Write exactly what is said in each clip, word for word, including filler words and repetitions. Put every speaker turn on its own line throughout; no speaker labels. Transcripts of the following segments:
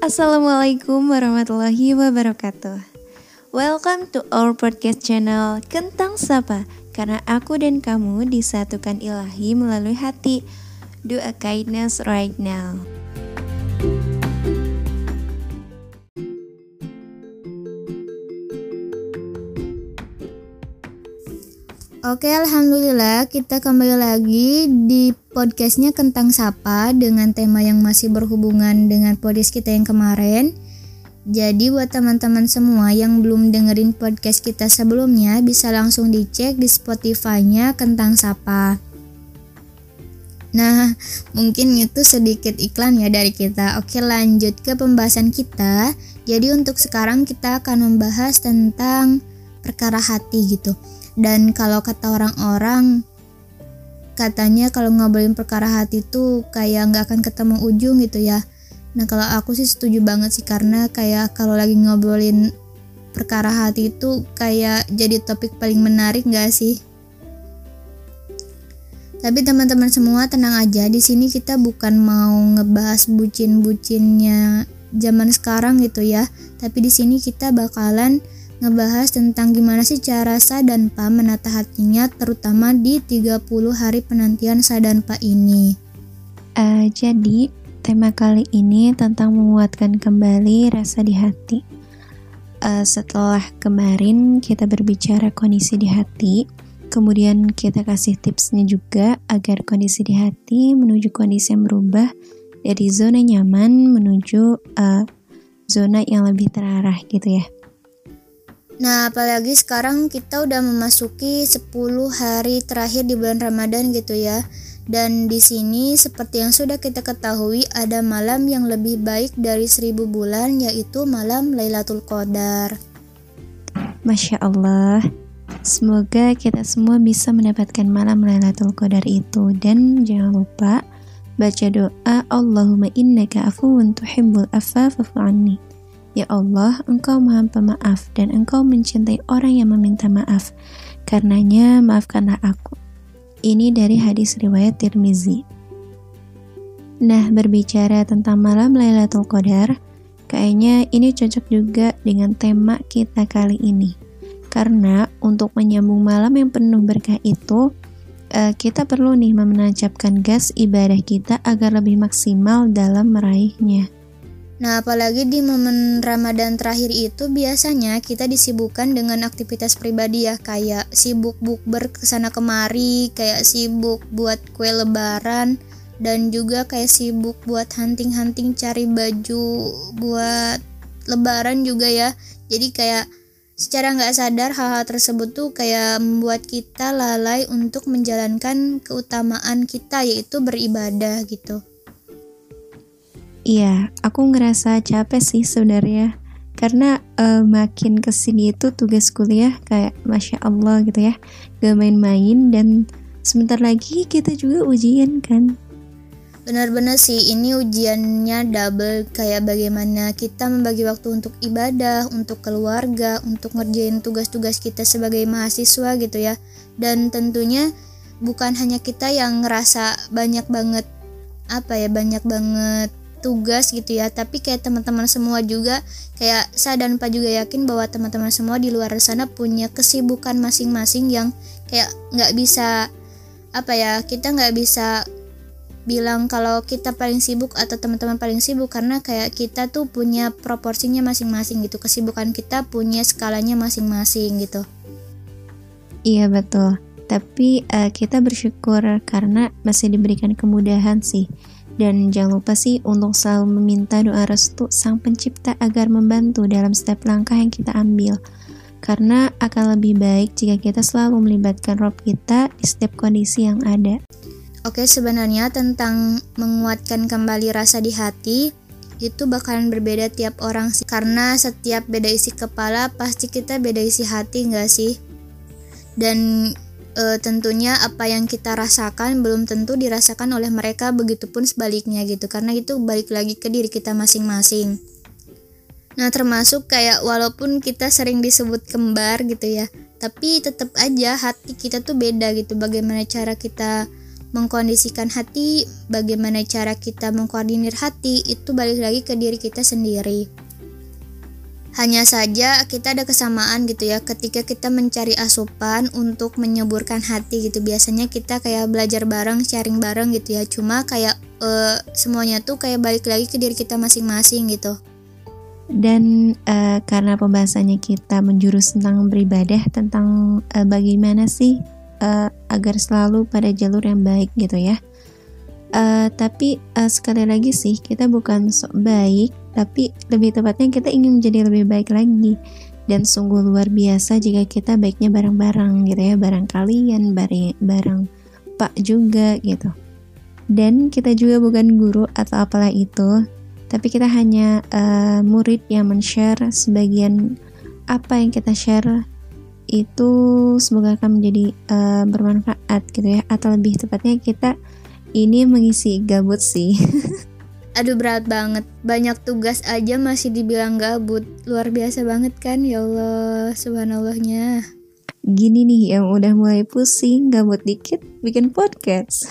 Assalamualaikum warahmatullahi wabarakatuh. Welcome to our podcast channel Kentang Sapa. Karena aku dan kamu disatukan ilahi melalui hati. Do a kindness right now.
Oke, alhamdulillah kita kembali lagi di podcastnya Kentang Sapa dengan tema yang masih berhubungan dengan podcast kita yang kemarin. Jadi buat teman-teman semua yang belum dengerin podcast kita sebelumnya, bisa langsung dicek di Spotify-nya Kentang Sapa. Nah, mungkin itu sedikit iklan ya dari kita. Oke, lanjut ke pembahasan kita. Jadi untuk sekarang kita akan membahas tentang perkara hati gitu. Dan kalau kata orang-orang, katanya kalau ngobrolin perkara hati tuh kayak gak akan ketemu ujung gitu ya. Nah kalau aku sih setuju banget sih, karena kayak kalau lagi ngobrolin perkara hati itu kayak jadi topik paling menarik gak sih? Tapi teman-teman semua tenang aja, di sini kita bukan mau ngebahas bucin-bucinnya zaman sekarang gitu ya. Tapi di sini kita bakalan ngebahas tentang gimana sih cara Sadanpa menata hatinya, terutama di tiga puluh hari penantian Sadanpa ini.
Uh, jadi, tema kali ini tentang menguatkan kembali rasa di hati. Uh, setelah kemarin kita berbicara kondisi di hati, kemudian kita kasih tipsnya juga agar kondisi di hati menuju kondisi yang berubah dari zona nyaman menuju uh, zona yang lebih terarah gitu ya.
Nah, apalagi sekarang kita udah memasuki sepuluh hari terakhir di bulan Ramadan gitu ya. Dan di sini seperti yang sudah kita ketahui, ada malam yang lebih baik dari seribu bulan, yaitu malam Lailatul Qadar.
Masya Allah, semoga kita semua bisa mendapatkan malam Lailatul Qadar itu. Dan jangan lupa baca doa Allahumma innaka afuwun tuhibbul afwa fa'fu anni. Ya Allah, Engkau Maha Pemaaf dan Engkau mencintai orang yang meminta maaf. Karenanya, maafkanlah aku. Ini dari hadis riwayat Tirmizi. Nah, berbicara tentang malam Lailatul Qadar, kayaknya ini cocok juga dengan tema kita kali ini. Karena untuk menyambung malam yang penuh berkah itu, uh, kita perlu nih menancapkan gas ibadah kita agar lebih maksimal dalam meraihnya.
Nah, apalagi di momen Ramadan terakhir itu biasanya kita disibukkan dengan aktivitas pribadi ya, kayak sibuk bukber kesana kemari, kayak sibuk buat kue lebaran, dan juga kayak sibuk buat hunting-hunting cari baju buat lebaran juga ya. Jadi kayak secara gak sadar hal-hal tersebut tuh kayak membuat kita lalai untuk menjalankan keutamaan kita, yaitu beribadah gitu.
Iya, aku ngerasa capek sih sebenarnya, karena uh, makin kesini itu tugas kuliah kayak Masya Allah gitu ya, gak main-main, dan sebentar lagi kita juga ujian kan.
Benar-benar sih, ini ujiannya double, kayak bagaimana kita membagi waktu untuk ibadah, untuk keluarga, untuk ngerjain tugas-tugas kita sebagai mahasiswa gitu ya. Dan tentunya bukan hanya kita yang ngerasa banyak banget, apa ya, banyak banget tugas gitu ya, tapi kayak teman-teman semua juga, kayak Sadanpa juga yakin bahwa teman-teman semua di luar sana punya kesibukan masing-masing yang kayak nggak bisa, apa ya, kita nggak bisa bilang kalau kita paling sibuk atau teman-teman paling sibuk, karena kayak kita tuh punya proporsinya masing-masing gitu, kesibukan kita punya skalanya masing-masing gitu.
Iya betul, tapi uh, kita bersyukur karena masih diberikan kemudahan sih. Dan jangan lupa sih untuk selalu meminta doa restu Sang Pencipta agar membantu dalam setiap langkah yang kita ambil. Karena akan lebih baik jika kita selalu melibatkan Rob kita di setiap kondisi yang ada.
Oke, sebenarnya tentang menguatkan kembali rasa di hati, itu bakalan berbeda tiap orang sih. Karena setiap beda isi kepala, pasti kita beda isi hati gak sih? Dan E, tentunya apa yang kita rasakan belum tentu dirasakan oleh mereka, begitupun sebaliknya gitu, karena itu balik lagi ke diri kita masing-masing. Nah, termasuk kayak walaupun kita sering disebut kembar gitu ya, tapi tetap aja hati kita tuh beda gitu. Bagaimana cara kita mengkondisikan hati, bagaimana cara kita mengkoordinir hati, itu balik lagi ke diri kita sendiri. Hanya saja kita ada kesamaan gitu ya, ketika kita mencari asupan untuk menyuburkan hati gitu. Biasanya kita kayak belajar bareng, sharing bareng gitu ya. Cuma kayak uh, semuanya tuh kayak balik lagi ke diri kita masing-masing gitu.
Dan uh, karena pembahasannya kita menjurus tentang beribadah, tentang uh, bagaimana sih uh, agar selalu pada jalur yang baik gitu ya. Uh, tapi uh, sekali lagi sih, kita bukan sok baik, tapi lebih tepatnya kita ingin menjadi lebih baik lagi. Dan sungguh luar biasa jika kita baiknya bareng-bareng gitu ya, bareng kalian, bareng, bareng Pak juga gitu. Dan kita juga bukan guru atau apalah itu, tapi kita hanya uh, murid yang men-share sebagian apa yang kita share itu semoga akan menjadi uh, bermanfaat gitu ya. Atau lebih tepatnya kita ini mengisi gabut sih.
Aduh berat banget, banyak tugas aja masih dibilang gabut. Luar biasa banget kan, ya Allah, subhanallahnya.
Gini nih yang udah mulai pusing, gabut dikit, bikin podcast.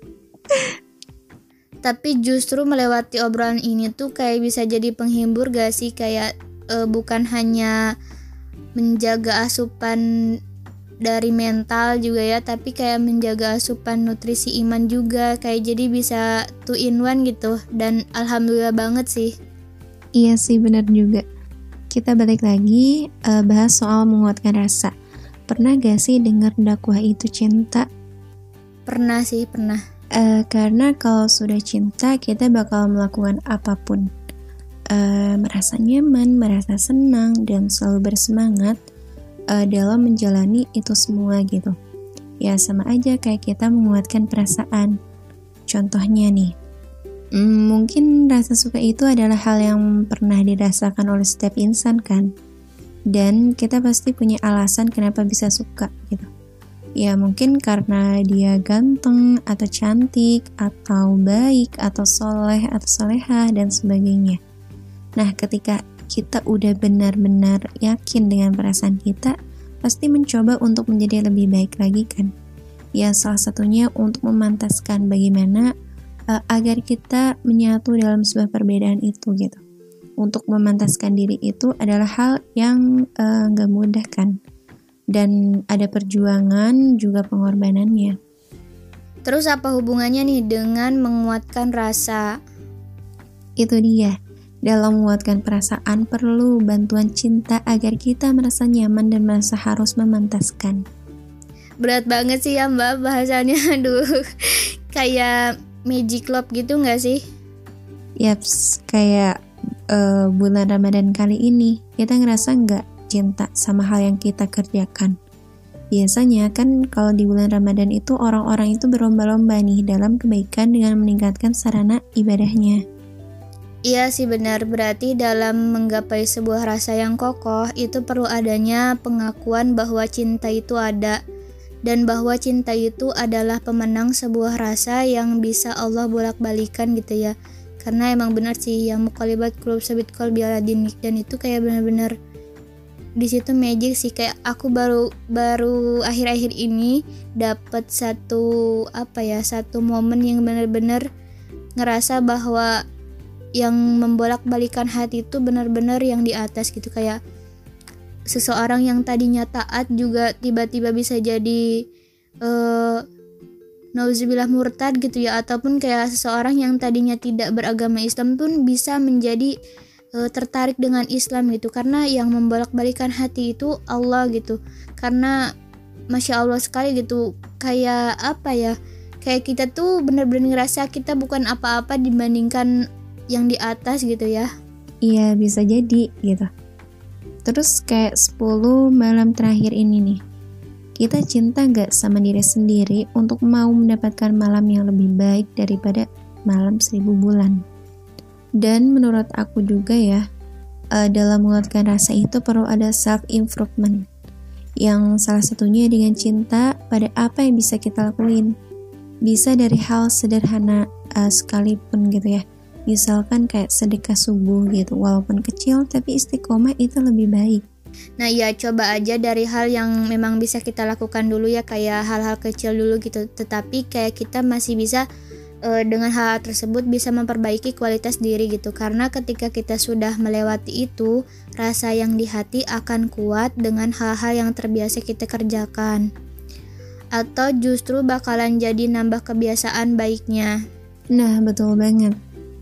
Tapi justru melewati obrolan ini tuh kayak bisa jadi penghibur gak sih? Kayak e, bukan hanya menjaga asupan dari mental juga ya, tapi kayak menjaga asupan nutrisi iman juga, kayak jadi bisa two in one gitu. Dan alhamdulillah banget sih.
Iya sih, benar juga. Kita balik lagi uh, bahas soal menguatkan rasa. Pernah gak sih dengar dakwah itu cinta?
Pernah sih, pernah.
Uh, karena kalau sudah cinta kita bakal melakukan apapun, uh, merasa nyaman, merasa senang, dan selalu bersemangat Uh, dalam menjalani itu semua gitu. Ya sama aja kayak kita menguatkan perasaan. Contohnya nih, hmm, mungkin rasa suka itu adalah hal yang pernah dirasakan oleh setiap insan kan. Dan kita pasti punya alasan kenapa bisa suka gitu. Ya mungkin karena dia ganteng, atau cantik, atau baik, atau soleh, atau solehah, dan sebagainya. Nah ketika kita udah benar-benar yakin dengan perasaan kita, pasti mencoba untuk menjadi lebih baik lagi kan. Ya salah satunya untuk memantaskan bagaimana uh, agar kita menyatu dalam sebuah perbedaan itu gitu. Untuk memantaskan diri itu adalah hal yang uh, gak mudah kan. Dan ada perjuangan juga pengorbanannya.
Terus apa hubungannya nih dengan menguatkan rasa?
Itu dia. Dalam menguatkan perasaan perlu bantuan cinta agar kita merasa nyaman dan merasa harus memantaskan.
Berat banget sih ya Mbak bahasannya, aduh. Kayak magic love gitu gak sih?
Yaps, kayak uh, bulan Ramadan kali ini, kita ngerasa gak cinta sama hal yang kita kerjakan? Biasanya kan kalau di bulan Ramadan itu orang-orang itu berlomba-lomba nih dalam kebaikan dengan meningkatkan sarana ibadahnya.
Iya sih benar, berarti dalam menggapai sebuah rasa yang kokoh itu perlu adanya pengakuan bahwa cinta itu ada, dan bahwa cinta itu adalah pemenang sebuah rasa yang bisa Allah bolak-balikan gitu ya. Karena emang benar sih yang muqallibat qulub sabit qalbi ala dinik, dan itu kayak benar-benar di situ magic sih. Kayak aku baru baru akhir-akhir ini dapat satu apa ya satu momen yang benar-benar ngerasa bahwa yang membolak-balikan hati itu benar-benar yang di atas gitu. Kayak seseorang yang tadinya taat juga tiba-tiba bisa jadi uh, nauzubillah murtad gitu ya, ataupun kayak seseorang yang tadinya tidak beragama Islam pun bisa menjadi uh, tertarik dengan Islam gitu, karena yang membolak-balikan hati itu Allah gitu. Karena Masya Allah sekali gitu, kayak apa ya, kayak kita tuh benar-benar ngerasa kita bukan apa-apa dibandingkan yang di atas gitu ya.
Iya bisa jadi gitu. Terus kayak sepuluh malam terakhir ini nih, kita cinta gak sama diri sendiri untuk mau mendapatkan malam yang lebih baik daripada malam seribu bulan? Dan menurut aku juga ya, uh, dalam menguatkan rasa itu perlu ada self improvement, yang salah satunya dengan cinta pada apa yang bisa kita lakuin. Bisa dari hal sederhana uh, sekalipun gitu ya. Misalkan kayak sedekah subuh gitu, walaupun kecil tapi istiqomah itu lebih baik.
Nah ya coba aja dari hal yang memang bisa kita lakukan dulu ya, kayak hal-hal kecil dulu gitu. Tetapi kayak kita masih bisa e, dengan hal tersebut bisa memperbaiki kualitas diri gitu. Karena ketika kita sudah melewati itu, rasa yang di hati akan kuat dengan hal-hal yang terbiasa kita kerjakan. Atau justru bakalan jadi nambah kebiasaan baiknya.
Nah, betul banget.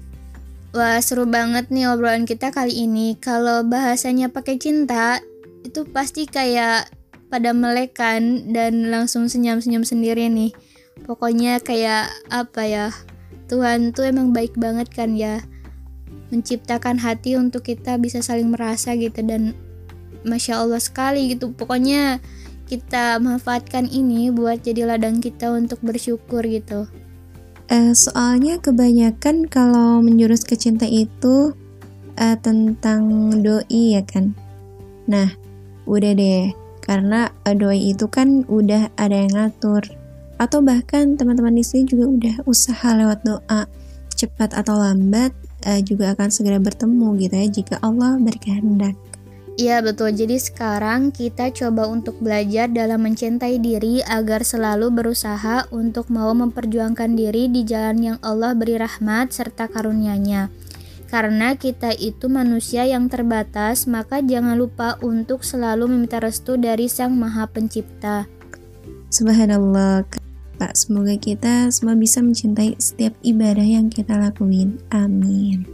Wah, seru banget nih obrolan kita kali ini. Kalau bahasanya pakai cinta, itu pasti kayak pada melek kan, dan langsung senyum-senyum sendiri nih. Pokoknya kayak apa ya, Tuhan tuh emang baik banget kan ya, menciptakan hati untuk kita bisa saling merasa gitu. Dan Masya Allah sekali gitu. Pokoknya kita manfaatkan ini buat jadi ladang kita untuk bersyukur gitu.
Uh, soalnya kebanyakan kalau menjurus ke cinta itu uh, tentang doi ya kan. Nah, udah deh, karena uh, doi itu kan udah ada yang ngatur. Atau bahkan teman-teman di sini juga udah usaha lewat doa, cepat atau lambat uh, juga akan segera bertemu gitu ya, jika Allah berkehendak.
Iya betul, jadi sekarang kita coba untuk belajar dalam mencintai diri agar selalu berusaha untuk mau memperjuangkan diri di jalan yang Allah beri rahmat serta karunia-Nya. Karena kita itu manusia yang terbatas, maka jangan lupa untuk selalu meminta restu dari Sang Maha Pencipta.
Subhanallah, Pak, semoga kita semua bisa mencintai setiap ibadah yang kita lakuin. Amin.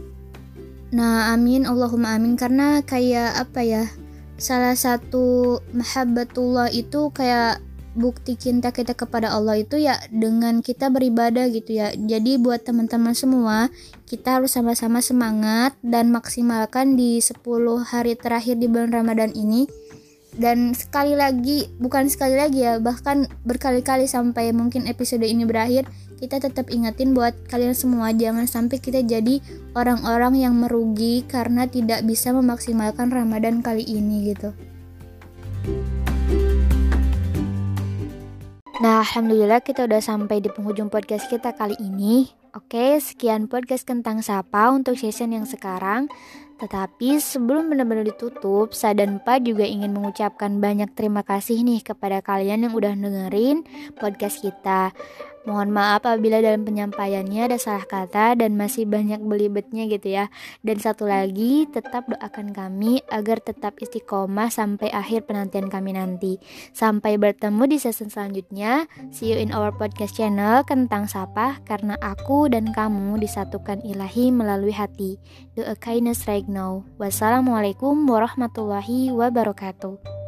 Nah amin, Allahumma amin. Karena kayak apa ya, salah satu mahabbatullah itu kayak bukti cinta kita kepada Allah itu ya dengan kita beribadah gitu ya. Jadi buat teman-teman semua, kita harus sama-sama semangat dan maksimalkan di sepuluh hari terakhir di bulan Ramadan ini. Dan sekali lagi, bukan sekali lagi ya, bahkan berkali-kali sampai mungkin episode ini berakhir, kita tetap ingetin buat kalian semua, jangan sampai kita jadi orang-orang yang merugi karena tidak bisa memaksimalkan Ramadan kali ini gitu. Nah, alhamdulillah kita udah sampai di penghujung podcast kita kali ini. Oke, sekian podcast Kentang Sapa untuk session yang sekarang. Tetapi sebelum benar-benar ditutup, Sa dan Pa juga ingin mengucapkan banyak terima kasih nih kepada kalian yang udah dengerin podcast kita. Mohon maaf apabila dalam penyampaiannya ada salah kata dan masih banyak belibetnya gitu ya. Dan satu lagi, tetap doakan kami agar tetap istiqomah sampai akhir penantian kami nanti. Sampai bertemu di season selanjutnya. See you in our podcast channel Kentang Sapa, karena aku dan kamu disatukan Ilahi melalui hati. Do a kindness right now. Wassalamualaikum warahmatullahi wabarakatuh.